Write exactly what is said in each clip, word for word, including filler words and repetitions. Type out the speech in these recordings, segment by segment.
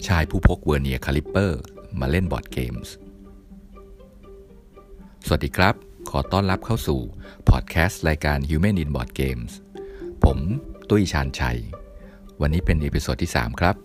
ชายผู้พกเวอร์เนียร์คาลิปเปอร์มาเล่นบอร์ดเกมส์สวัสดีครับขอต้อนรับเข้าสู่พอดแคสต์รายการ Human in Board Games ผมตุ้ยชาญชัยวันนี้เป็นเอพิโซดที่สามครับ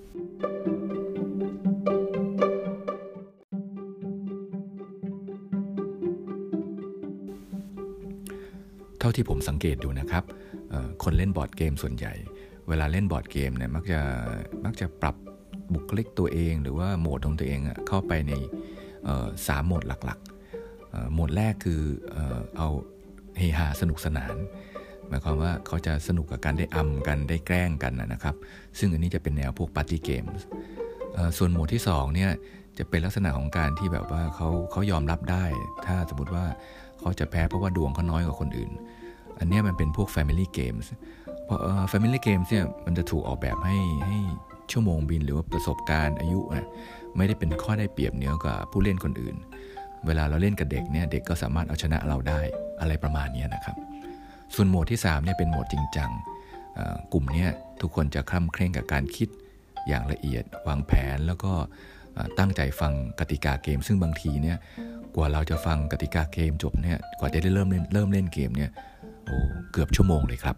เท่าที่ผมสังเกตดูนะครับคนเล่นบอร์ดเกมส่วนใหญ่เวลาเล่นบอร์ดเกมเนี่ยมักจะมักจะปรับบุคลิกตัวเองหรือว่าโหมดของตัวเองเข้าไปในสามโหมดหลักๆโหมดแรกคือเอาเฮฮาสนุกสนานหมายความว่าเขาจะสนุกกับการได้อำกันได้แกล้งกันนะครับซึ่งอันนี้จะเป็นแนวพวกปาร์ตี้เกมส์ส่วนโหมดที่สองเนี่ยจะเป็นลักษณะของการที่แบบว่าเขาเขายอมรับได้ถ้าสมมติว่าเขาจะแพ้เพราะว่าดวงเขาน้อยกว่าคนอื่นอันนี้มันเป็นพวก Family Games เพราะ Family Games เนี่ยมันจะถูกออกแบบให้ให้ชั่วโมงบินหรือว่าประสบการณ์อายุนะไม่ได้เป็นข้อได้เปรียบเหนือกว่าผู้เล่นคนอื่นเวลาเราเล่นกับเด็กเนี่ยเด็กก็สามารถเอาชนะเราได้อะไรประมาณนี้นะครับส่วนโหมดที่สามเนี่ยเป็นโหมดจริงจังกลุ่มนี้ทุกคนจะคล่ำเคร่งกับการคิดอย่างละเอียดวางแผนแล้วก็ตั้งใจฟังกติกาเกมซึ่งบางทีเนี่ยกว่าเราจะฟังกติกาเกมจบเนี่ยกว่าจะได้เริ่มเล่นเริ่มเล่นเกมเนี่ยโอ้เกือบชั่วโมงเลยครับ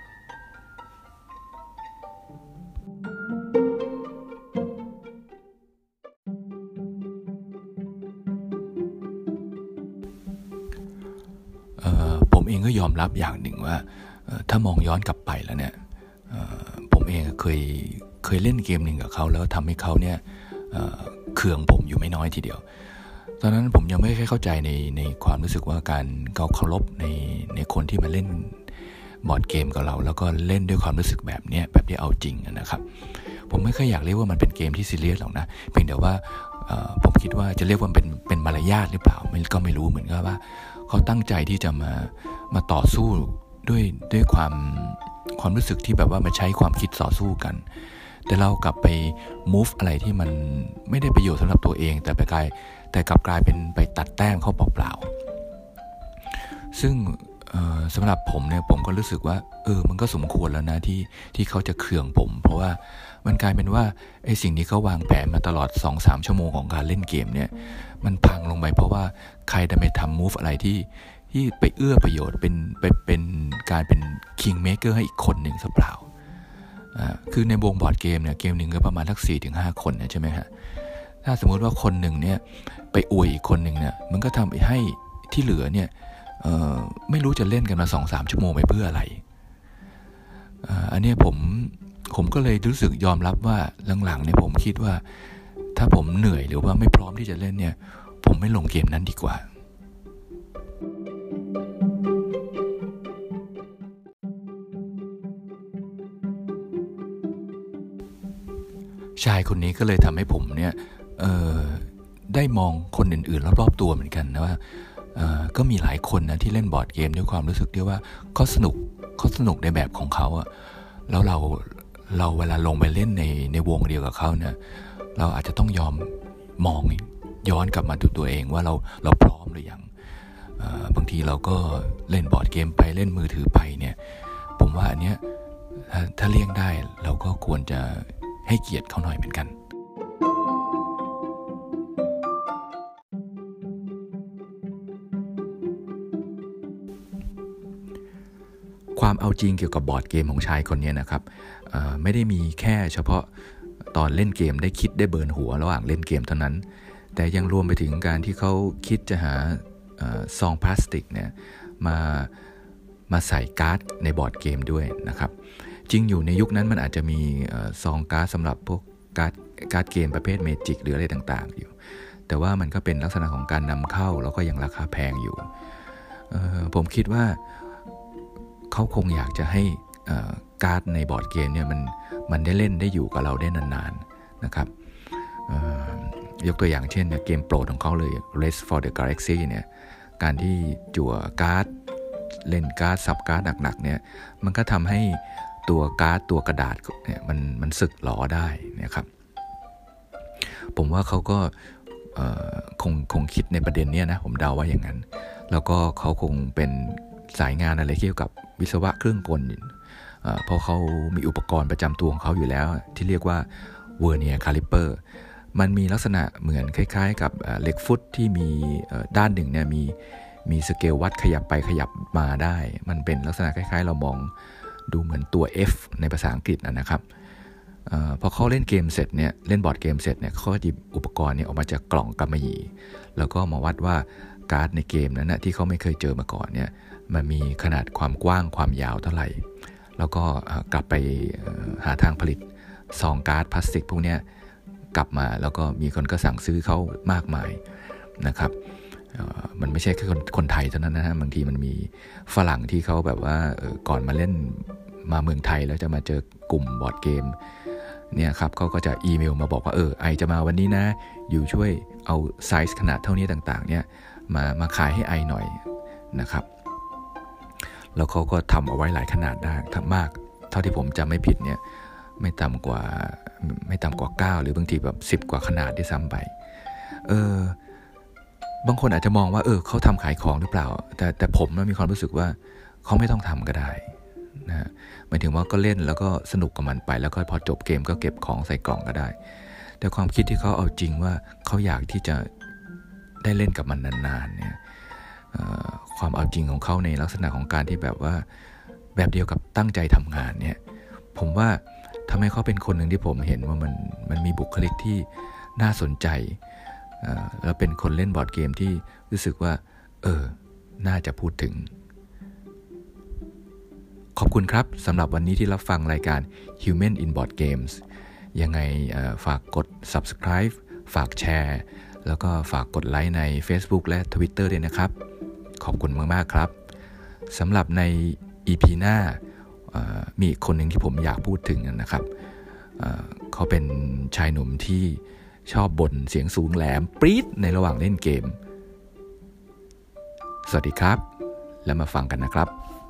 ผมเองก็ยอมรับอย่างหนึ่งว่าถ้ามองย้อนกลับไปแล้วเนี่ยผมเองเคยเคยเล่นเกมหนึ่งกับเขาแล้วทำให้เขาเนี่ยเคืองผมอยู่ไม่น้อยทีเดียวตอนนั้นผมยังไม่ค่อยเข้าใจในในความรู้สึกว่าการเคารพในในคนที่มาเล่นบอร์ดเกมกับเราแล้วก็เล่นด้วยความรู้สึกแบบนี้แบบที่เอาจริงนะครับผมไม่เคยอยากเรียกว่ามันเป็นเกมที่ซีเรียสหรอกนะเพียงแต่ว่าผมคิดว่าจะเรียกว่าเป็นเป็นมารยาทหรือเปล่าก็ไม่รู้เหมือนกันว่าเขาตั้งใจที่จะมามาต่อสู้ด้วยด้วยความความรู้สึกที่แบบว่ามาใช้ความคิดต่อสู้กันแต่เรากลับไป move อะไรที่มันไม่ได้ประโยชน์สำหรับตัวเองแต่ไปกลายแต่กลับกลายเป็นไปตัดแต้มเขาเปล่าๆซึ่งสำหรับผมเนี่ยผมก็รู้สึกว่าเออมันก็สมควรแล้วนะที่ที่เขาจะเคืองผมเพราะว่ามันกลายเป็นว่าไอ้สิ่งที่เขาวางแผนมาตลอด สองถึงสาม ชั่วโมงของการเล่นเกมเนี่ยมันพังลงไปเพราะว่าใครได้ไปทำ move อะไรที่ที่ไปเอื้อประโยชน์เป็นไปเป็นการเป็น king maker ให้อีกคนหนึ่งซะเปล่าอ่าคือในวงบอร์ดเกมเนี่ยเกมนึงก็ประมาณสัก สี่ถึงห้า คนนะใช่ไหมฮะถ้าสมมติว่าคนหนึ่งเนี่ยไปอวยอีกคนหนึ่งเนี่ยมันก็ทำให้ที่เหลือเนี่ยเอ่อไม่รู้จะเล่นกันมา สองถึงสาม ชั่วโมงไปเพื่ออะไรอ่าอันนี้ผมผมก็เลยรู้สึกยอมรับว่าหลังๆเนี่ยผมคิดว่าถ้าผมเหนื่อยหรือว่าไม่พร้อมที่จะเล่นเนี่ยผมไม่ลงเกมนั้นดีกว่าชายคนนี้ก็เลยทำให้ผมเนี่ยเอ่อได้มองคนอื่นๆรอบๆตัวเหมือนกันนะว่าก็มีหลายคนนะที่เล่นบอร์ดเกมด้วยความรู้สึกที่ว่าเขาสนุกเขาสนุกในแบบของเขาอะแล้วเราเราเวลาลงไปเล่นในในวงเดียวกับเขาเนี่ยเราอาจจะต้องยอมมองย้อนกลับมาดูตัวเองว่าเราเราพร้อมหรือยังบางทีเราก็เล่นบอร์ดเกมไปเล่นมือถือไปเนี่ยผมว่าอันเนี้ยถ้าถ้าเลี่ยงได้เราก็ควรจะให้เกียรติเขาหน่อยเหมือนกันความเอาจริงเกี่ยวกับบอร์ดเกมของชายคนนี้นะครับไม่ได้มีแค่เฉพาะตอนเล่นเกมได้คิดได้เบิร์นหัวระหว่างเล่นเกมเท่านั้นแต่ยังรวมไปถึงการที่เขาคิดจะหาซองพลาสติกเนี่ยมามาใส่การ์ดในบอร์ดเกมด้วยนะครับจริงอยู่ในยุคนั้นมันอาจจะมีซองการ์ดสำหรับพวกการ์ดการ์ดเกมประเภทเมจิกหรืออะไรต่างๆอยู่แต่ว่ามันก็เป็นลักษณะของการนำเข้าแล้วก็ยังราคาแพงอยู่ผมคิดว่าเขาคงอยากจะให้การ์ดในบอร์ดเกมเนี่ยมันมันได้เล่นได้อยู่กับเราได้นานๆนะครับยกตัวอย่างเช่นเกมโปรดของเขาเลย Race for the Galaxy เนี่ยการที่จั่วการ์ดเล่นการ์ดซับการ์ดหนักๆเนี่ยมันก็ทำให้ตัวการ์ดตัวกระดาษเนี่ยมันมันสึกหลอได้นะครับผมว่าเขาก็คงคงคิดในประเด็นนี้นะผมเดาว่าอย่างนั้นแล้วก็เขาคงเป็นสายงานอะไรเกี่ยวกับวิศวะเครื่องกลเพราะเขามีอุปกรณ์ประจำตัวของเขาอยู่แล้วที่เรียกว่าเวอร์เนียร์คาลิเปอร์มันมีลักษณะเหมือนคล้ายๆกับเหล็กฟุตที่มีด้านหนึ่งเนี่ยมีมีสเกลวัดขยับไปขยับมาได้มันเป็นลักษณะคล้ายๆเรามองดูเหมือนตัว F ในภาษาอังกฤษนะครับอพอเขาเล่นเกมเสร็จเนี่ยเล่นบอร์ดเกมเสร็จเนี่ยเขาหยิบอุปกรณ์เนี่ยออกมาจากกล่องกำมะหยี่แล้วก็มาวัดว่าการ์ดในเกมนั้นนะที่เขาไม่เคยเจอมาก่อนเนี่ยมันมีขนาดความกว้างความยาวเท่าไหร่แล้วก็กลับไปหาทางผลิตซองการ์ดพลาสติกพวกนี้กลับมาแล้วก็มีคนก็สั่งซื้อเขามากมายนะครับมันไม่ใช่แค่คนคนไทยเท่านั้นนะฮะบางทีมันมีฝรั่งที่เขาแบบว่าก่อนมาเล่นมาเมืองไทยแล้วจะมาเจอกลุ่มบอร์ดเกมเนี่ยครับเขาก็จะอีเมลมาบอกว่าเออไอจะมาวันนี้นะอยู่ช่วยเอาไซส์ขนาดเท่านี้ต่างๆเนี่ยมามาขายให้ไอหน่อยนะครับแล้วเขาก็ทำเอาไว้หลายขนาดได้ทำมากเท่าที่ผมจำไม่ผิดเนี่ยไม่ต่ำกว่าไม่ต่ำกว่าเก้าหรือบางทีแบบสิบกว่าขนาดที่ซ้ำไปเออบางคนอาจจะมองว่าเออเขาทำขายของหรือเปล่าแต่แต่ผมมีความรู้สึกว่าเขาไม่ต้องทำก็ได้นะฮะหมายถึงว่าก็เล่นแล้วก็สนุกกับมันไปแล้วก็พอจบเกมก็เก็บของใส่กล่องก็ได้แต่ความคิดที่เขาเอาจริงว่าเขาอยากที่จะได้เล่นกับมันนานๆเนี่ยความเอาจริงของเขาในลักษณะของการที่แบบว่าแบบเดียวกับตั้งใจทำงานเนี่ยผมว่าทำให้เขาเป็นคนหนึ่งที่ผมเห็นว่ามันมันมีบุคลิกที่น่าสนใจแล้วเป็นคนเล่นบอร์ดเกมที่รู้สึกว่าเออน่าจะพูดถึงขอบคุณครับสำหรับวันนี้ที่รับฟังรายการ Human in Board Games ยังไงฝากกด Subscribe ฝากแชร์แล้วก็ฝากกดไลค์ใน Facebook และ Twitter ด้วยนะครับขอบคุณมากๆครับสำหรับใน อี พี หน้ามีอีกคนหนึ่งที่ผมอยากพูดถึงนะครับเขาเป็นชายหนุ่มที่ชอบบ่นเสียงสูงแหลมปรี๊ดในระหว่างเล่นเกมสวัสดีครับแล้วมาฟังกันนะครับ